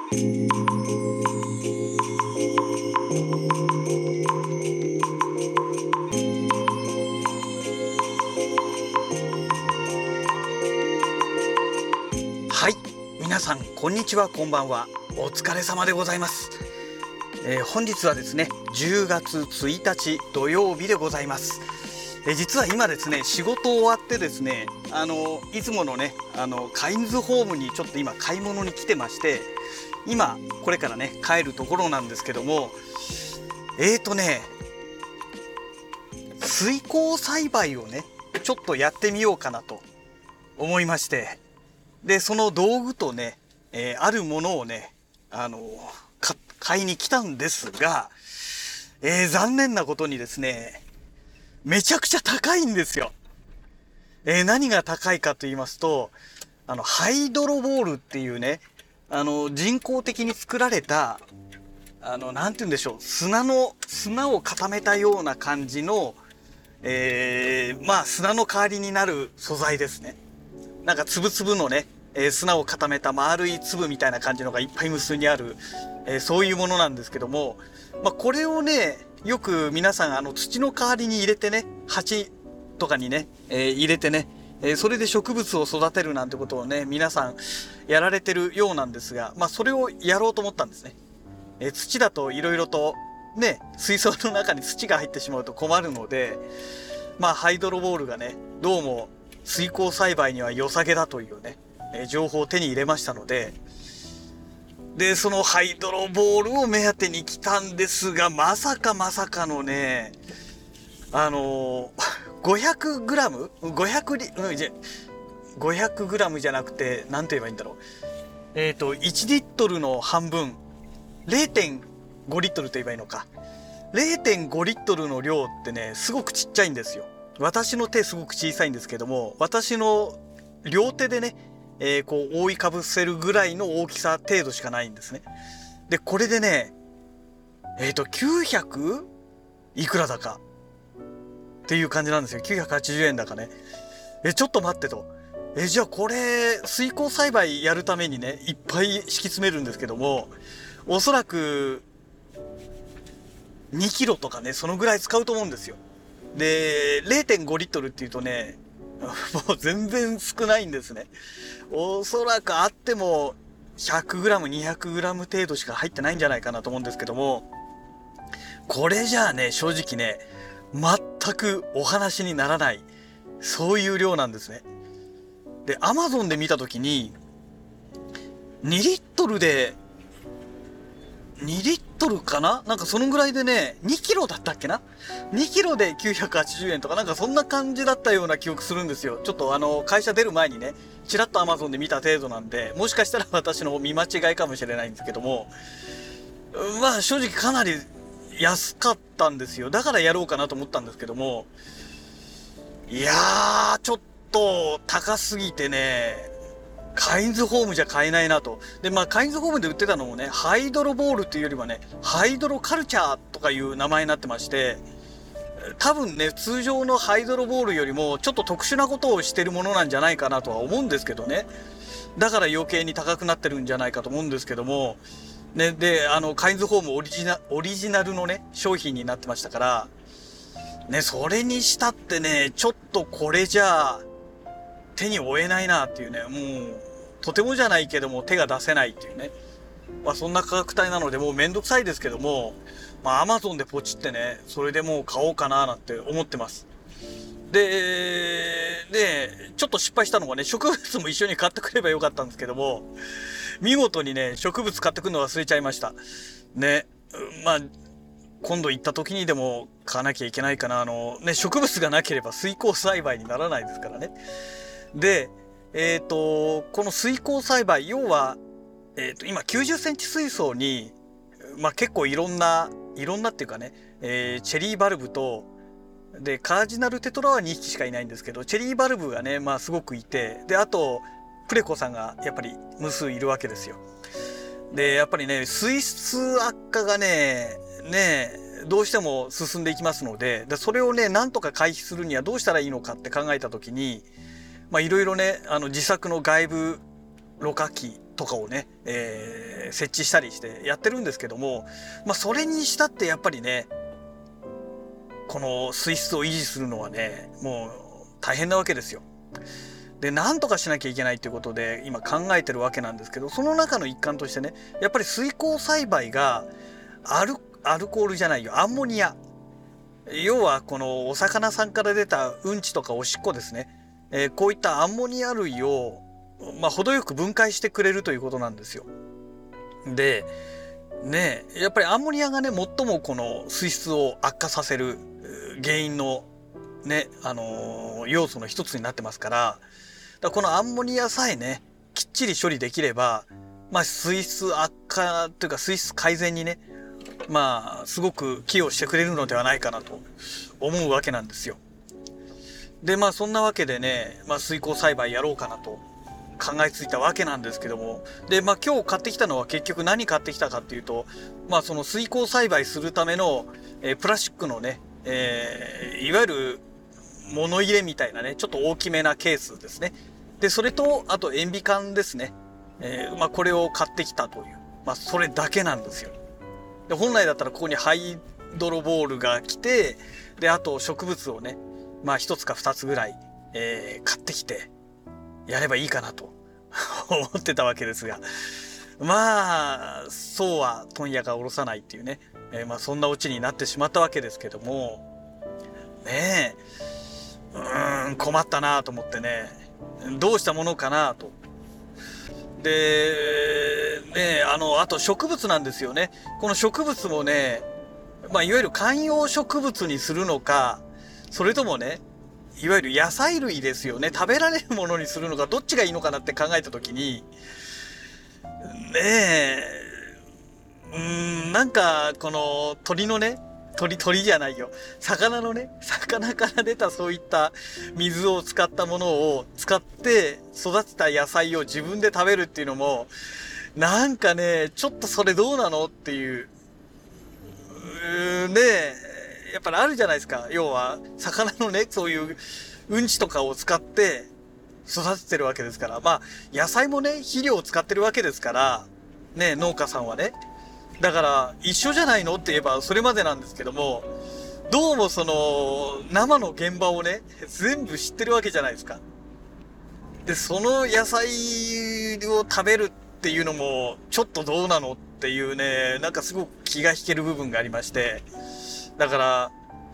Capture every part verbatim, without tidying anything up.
はい、皆さんこんにちは、こんばんは。お疲れ様でございます。えー、本日はですねじゅうがつついたち土曜日でございます。えー、実は今ですね仕事終わってですねあのいつものねあのカインズホームにちょっと今買い物に来てまして、今これからね帰るところなんですけども、えーとね水耕栽培をねちょっとやってみようかなと思いまして、でその道具とね、えー、あるものをねあの買いに来たんですが、えー、残念なことにですねめちゃくちゃ高いんですよ。えー、何が高いかと言いますと、あのハイドロボールっていうねあの人工的に作られたあのなんて言うんでしょう、砂の砂を固めたような感じの、えー、まあ砂の代わりになる素材ですね。なんか粒々のね、えー、砂を固めた丸い粒みたいな感じのがいっぱい無数にある、えー、そういうものなんですけども、まあ、これをねよく皆さんあの土の代わりに入れてね、鉢とかにね、えー、入れてね、えー、それで植物を育てるなんてことをね皆さんやられてるようなんですが、まあ、それをやろうと思ったんですね。えー、土だといろいろとね水槽の中に土が入ってしまうと困るので、まあハイドロボールがねどうも水耕栽培には良さげだというね、えー、情報を手に入れましたので、でそのハイドロボールを目当てに来たんですが、まさかまさかのねあのー、ごひゃくグラム ごひゃく リ、うん、じゃごひゃくグラムじゃなくて何て言えばいいんだろう、えっといちリットルの半分 れいてんご リットルと言えばいいのか、れいてんご リットルの量ってねすごくちっちゃいんですよ。私の手すごく小さいんですけども、私の両手でね、えー、こう覆いかぶせるぐらいの大きさ程度しかないんですね。でこれでねえっときゅうひゃくいくらだかっていう感じなんですよ。きゅうひゃくはちじゅうえんだかね。えちょっと待ってと、えじゃあこれ水耕栽培やるためにねいっぱい敷き詰めるんですけども、おそらくにキロとかねそのぐらい使うと思うんですよ。で れいてんご リットルっていうとねもう全然少ないんですね。おそらくあっても ひゃくグラム にひゃくグラム 程度しか入ってないんじゃないかなと思うんですけども、これじゃあね正直ね全くお話にならない、そういう量なんですね。で アマゾン で見た時ににリットルでにリットルかな、なんかそのぐらいでねにキロだったっけな、にキロできゅうひゃくはちじゅうえんとかなんかそんな感じだったような記憶するんですよ。ちょっとあの会社出る前にねちらっと アマゾン で見た程度なんで、もしかしたら私の見間違いかもしれないんですけども、まあ正直かなり安かったんですよ。だからやろうかなと思ったんですけども、いやーちょっと高すぎてねカインズホームじゃ買えないなと。でまあカインズホームで売ってたのもねハイドロボールっていうよりはねハイドロカルチャーとかいう名前になってまして、多分ね通常のハイドロボールよりもちょっと特殊なことをしてるものなんじゃないかなとは思うんですけどね。だから余計に高くなってるんじゃないかと思うんですけどもね。であのカインズホームオリジナオリジナルのね商品になってましたからね、それにしたってねちょっとこれじゃあ手に負えないなっていうね、もうとてもじゃないけども手が出せないっていうね、まあそんな価格帯なのでもうめんどくさいですけども、まあ アマゾン でポチってねそれでもう買おうかななんて思ってます。ででちょっと失敗したのがね、植物も一緒に買ってくればよかったんですけども、見事にね植物買ってくるの忘れちゃいましたね。まあ今度行った時にでも買わなきゃいけないかな。あのね植物がなければ水耕栽培にならないですからね。でえっとこの水耕栽培要は、えー、と今きゅうじゅっセンチ水槽に、まあ、結構いろんないろんなっていうかね、えー、チェリーバルブとでカージナルテトラはにひきしかいないんですけど、チェリーバルブがねまあすごくいて、であとプレコさんがやっぱり無数いるわけですよ。でやっぱりね水質悪化がねねどうしても進んでいきますので、でそれをねなんとか回避するにはどうしたらいいのかって考えた時に、まあいろいろねあの自作の外部ろ過器とかをね、えー、設置したりしてやってるんですけども、まあそれにしたってやっぱりね、この水質を維持するのはね、もう大変なわけですよ。で、なんとかしなきゃいけないということで今考えてるわけなんですけど、その中の一環としてね、やっぱり水耕栽培がアル、アルコールじゃないよ、アンモニア。要はこのお魚さんから出たうんちとかおしっこですね。えー、こういったアンモニア類を、まあ、程よく分解してくれるということなんですよ。で、ね、やっぱりアンモニアがね、最もこの水質を悪化させる原因のね、あのー、要素の一つになってますから、だからこのアンモニアさえね、きっちり処理できれば、まあ、水質悪化というか水質改善にね、まあ、すごく寄与してくれるのではないかなと思うわけなんですよ。で、まあ、そんなわけでね、まあ、水耕栽培やろうかなと考えついたわけなんですけども、で、まあ、今日買ってきたのは結局何買ってきたかっていうと、まあ、その水耕栽培するための、えー、プラスチックのね、えー、いわゆる物入れみたいなね、ちょっと大きめなケースですね。で、それと、あと塩ビ管ですね。えー、まあ、これを買ってきたという、まあ、それだけなんですよ。で、本来だったらここにハイドロボールが来て、で、あと植物をね、まあ一つか二つぐらい、えー、買ってきてやればいいかなと思ってたわけですが、まあ、そうは問屋が下ろさないっていうね、えー、まあそんなオチになってしまったわけですけども、ねえ、うーん、困ったなと思ってね、どうしたものかなと。で、ね、あの、あと植物なんですよね。この植物もね、まあ、いわゆる観葉植物にするのか、それともね、いわゆる野菜類ですよね。食べられるものにするのか、どっちがいいのかなって考えたときに、ねえ、うーん、なんか、この鳥のね、鳥、鳥じゃないよ。魚のね、魚から出たそういった水を使ったものを使って育てた野菜を自分で食べるっていうのも、なんかね、ちょっとそれどうなのっていう、うーんね、やっぱりあるじゃないですか。要は、魚のね、そういううんちとかを使って育ててるわけですから。まあ、野菜もね、肥料を使ってるわけですから、ね、農家さんはね。だから一緒じゃないのって言えばそれまでなんですけども、どうもその生の現場をね全部知ってるわけじゃないですか。で、その野菜を食べるっていうのもちょっとどうなのっていうね、なんかすごく気が引ける部分がありまして、だから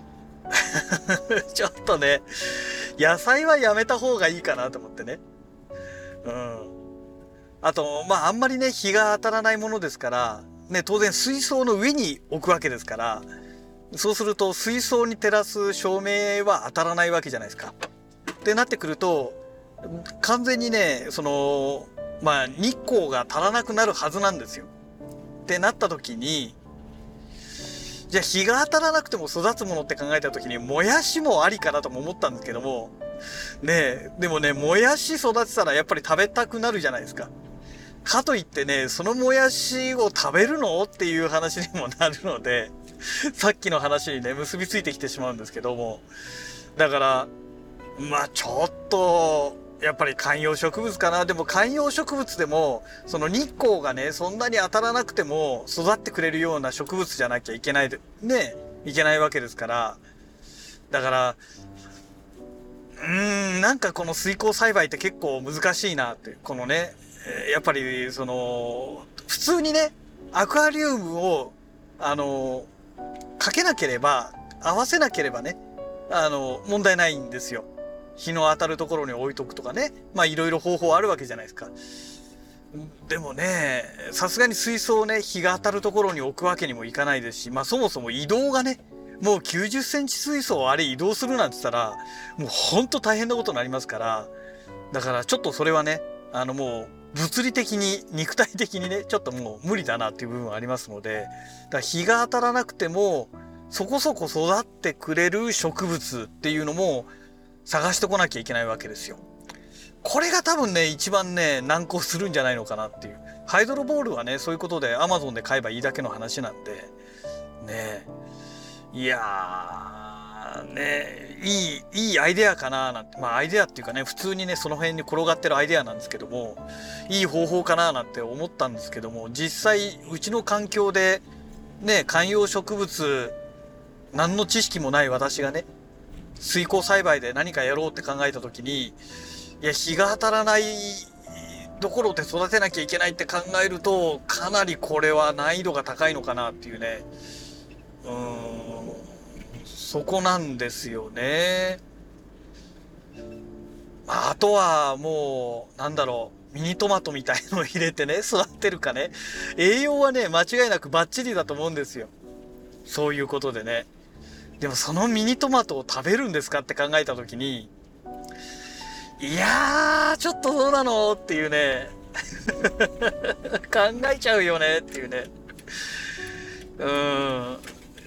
ちょっとね、野菜はやめた方がいいかなと思ってね。うん。あと、まああんまりね日が当たらないものですからね、当然水槽の上に置くわけですから、そうすると水槽に照らす照明は当たらないわけじゃないですか。ってなってくると、完全にね、その、まあ日光が足らなくなるはずなんですよ。ってなった時に、じゃあ日が当たらなくても育つものって考えた時に、もやしもありかなとも思ったんですけども、ねえ、でもね、もやし育てたらやっぱり食べたくなるじゃないですか。かといってね、そのもやしを食べるのっていう話にもなるので、さっきの話にね、結びついてきてしまうんですけども。だから、まあちょっと、やっぱり観葉植物かな。でも観葉植物でも、その日光がね、そんなに当たらなくても育ってくれるような植物じゃなきゃいけないで、ね、いけないわけですから。だから、うーん、なんかこの水耕栽培って結構難しいなって、このね、やっぱりその普通にねアクアリウムをあのかけなければ合わせなければねあの問題ないんですよ。日の当たるところに置いとくとかね、まあいろいろ方法あるわけじゃないですか。でもね、さすがに水槽をね日が当たるところに置くわけにもいかないですし、まあそもそも移動がね、もうきゅうじゅっセンチ水槽をあれ移動するなんて言ったらもうほんと大変なことになりますから、だからちょっとそれはね、あのもう物理的に肉体的にねちょっともう無理だなっていう部分はありますので、だから日が当たらなくてもそこそこ育ってくれる植物っていうのも探してこなきゃいけないわけですよ。これが多分ね一番ね難航するんじゃないのかなっていう。ハイドロボールはねそういうことで アマゾン で買えばいいだけの話なんでね。いやーね、 いい、いいアイデアかななんて、まあアイデアっていうかね、普通にね、その辺に転がってるアイデアなんですけども、いい方法かななんて思ったんですけども、実際、うちの環境で、ね、観葉植物、何の知識もない私がね、水耕栽培で何かやろうって考えた時に、いや、日が当たらないどころで育てなきゃいけないって考えると、かなりこれは難易度が高いのかなっていうね、うーん、そこなんですよね。まあ、あとはもう、なんだろう、ミニトマトみたいのを入れてね、育てるかね。栄養はね、間違いなくバッチリだと思うんですよ。そういうことでね。でもそのミニトマトを食べるんですかって考えたときに、いやー、ちょっとどうなのっていうね、考えちゃうよねっていうね。うーん。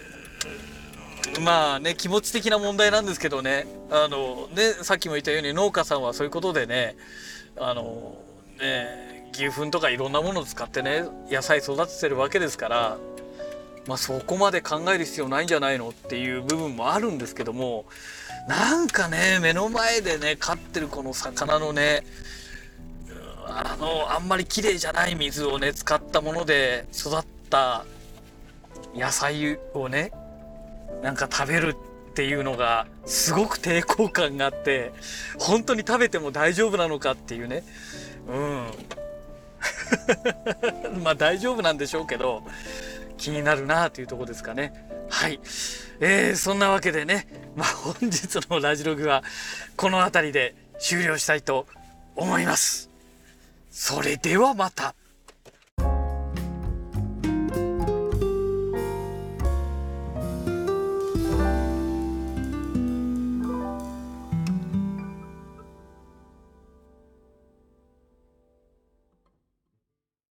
まあね、気持ち的な問題なんですけどね。あの、ね、さっきも言ったように農家さんはそういうことでね、あの、ね、牛糞とかいろんなものを使ってね、野菜育ててるわけですから、まあそこまで考える必要ないんじゃないのっていう部分もあるんですけども、なんかね、目の前でね、飼ってるこの魚のね、あの、あんまり綺麗じゃない水をね、使ったもので育った野菜をね、なんか食べるっていうのがすごく抵抗感があって、本当に食べても大丈夫なのかっていうね。うん。まあ大丈夫なんでしょうけど、気になるなというところですかね。はい。えー、そんなわけでね、まあ本日のラジログはこの辺りで終了したいと思います。それではまた。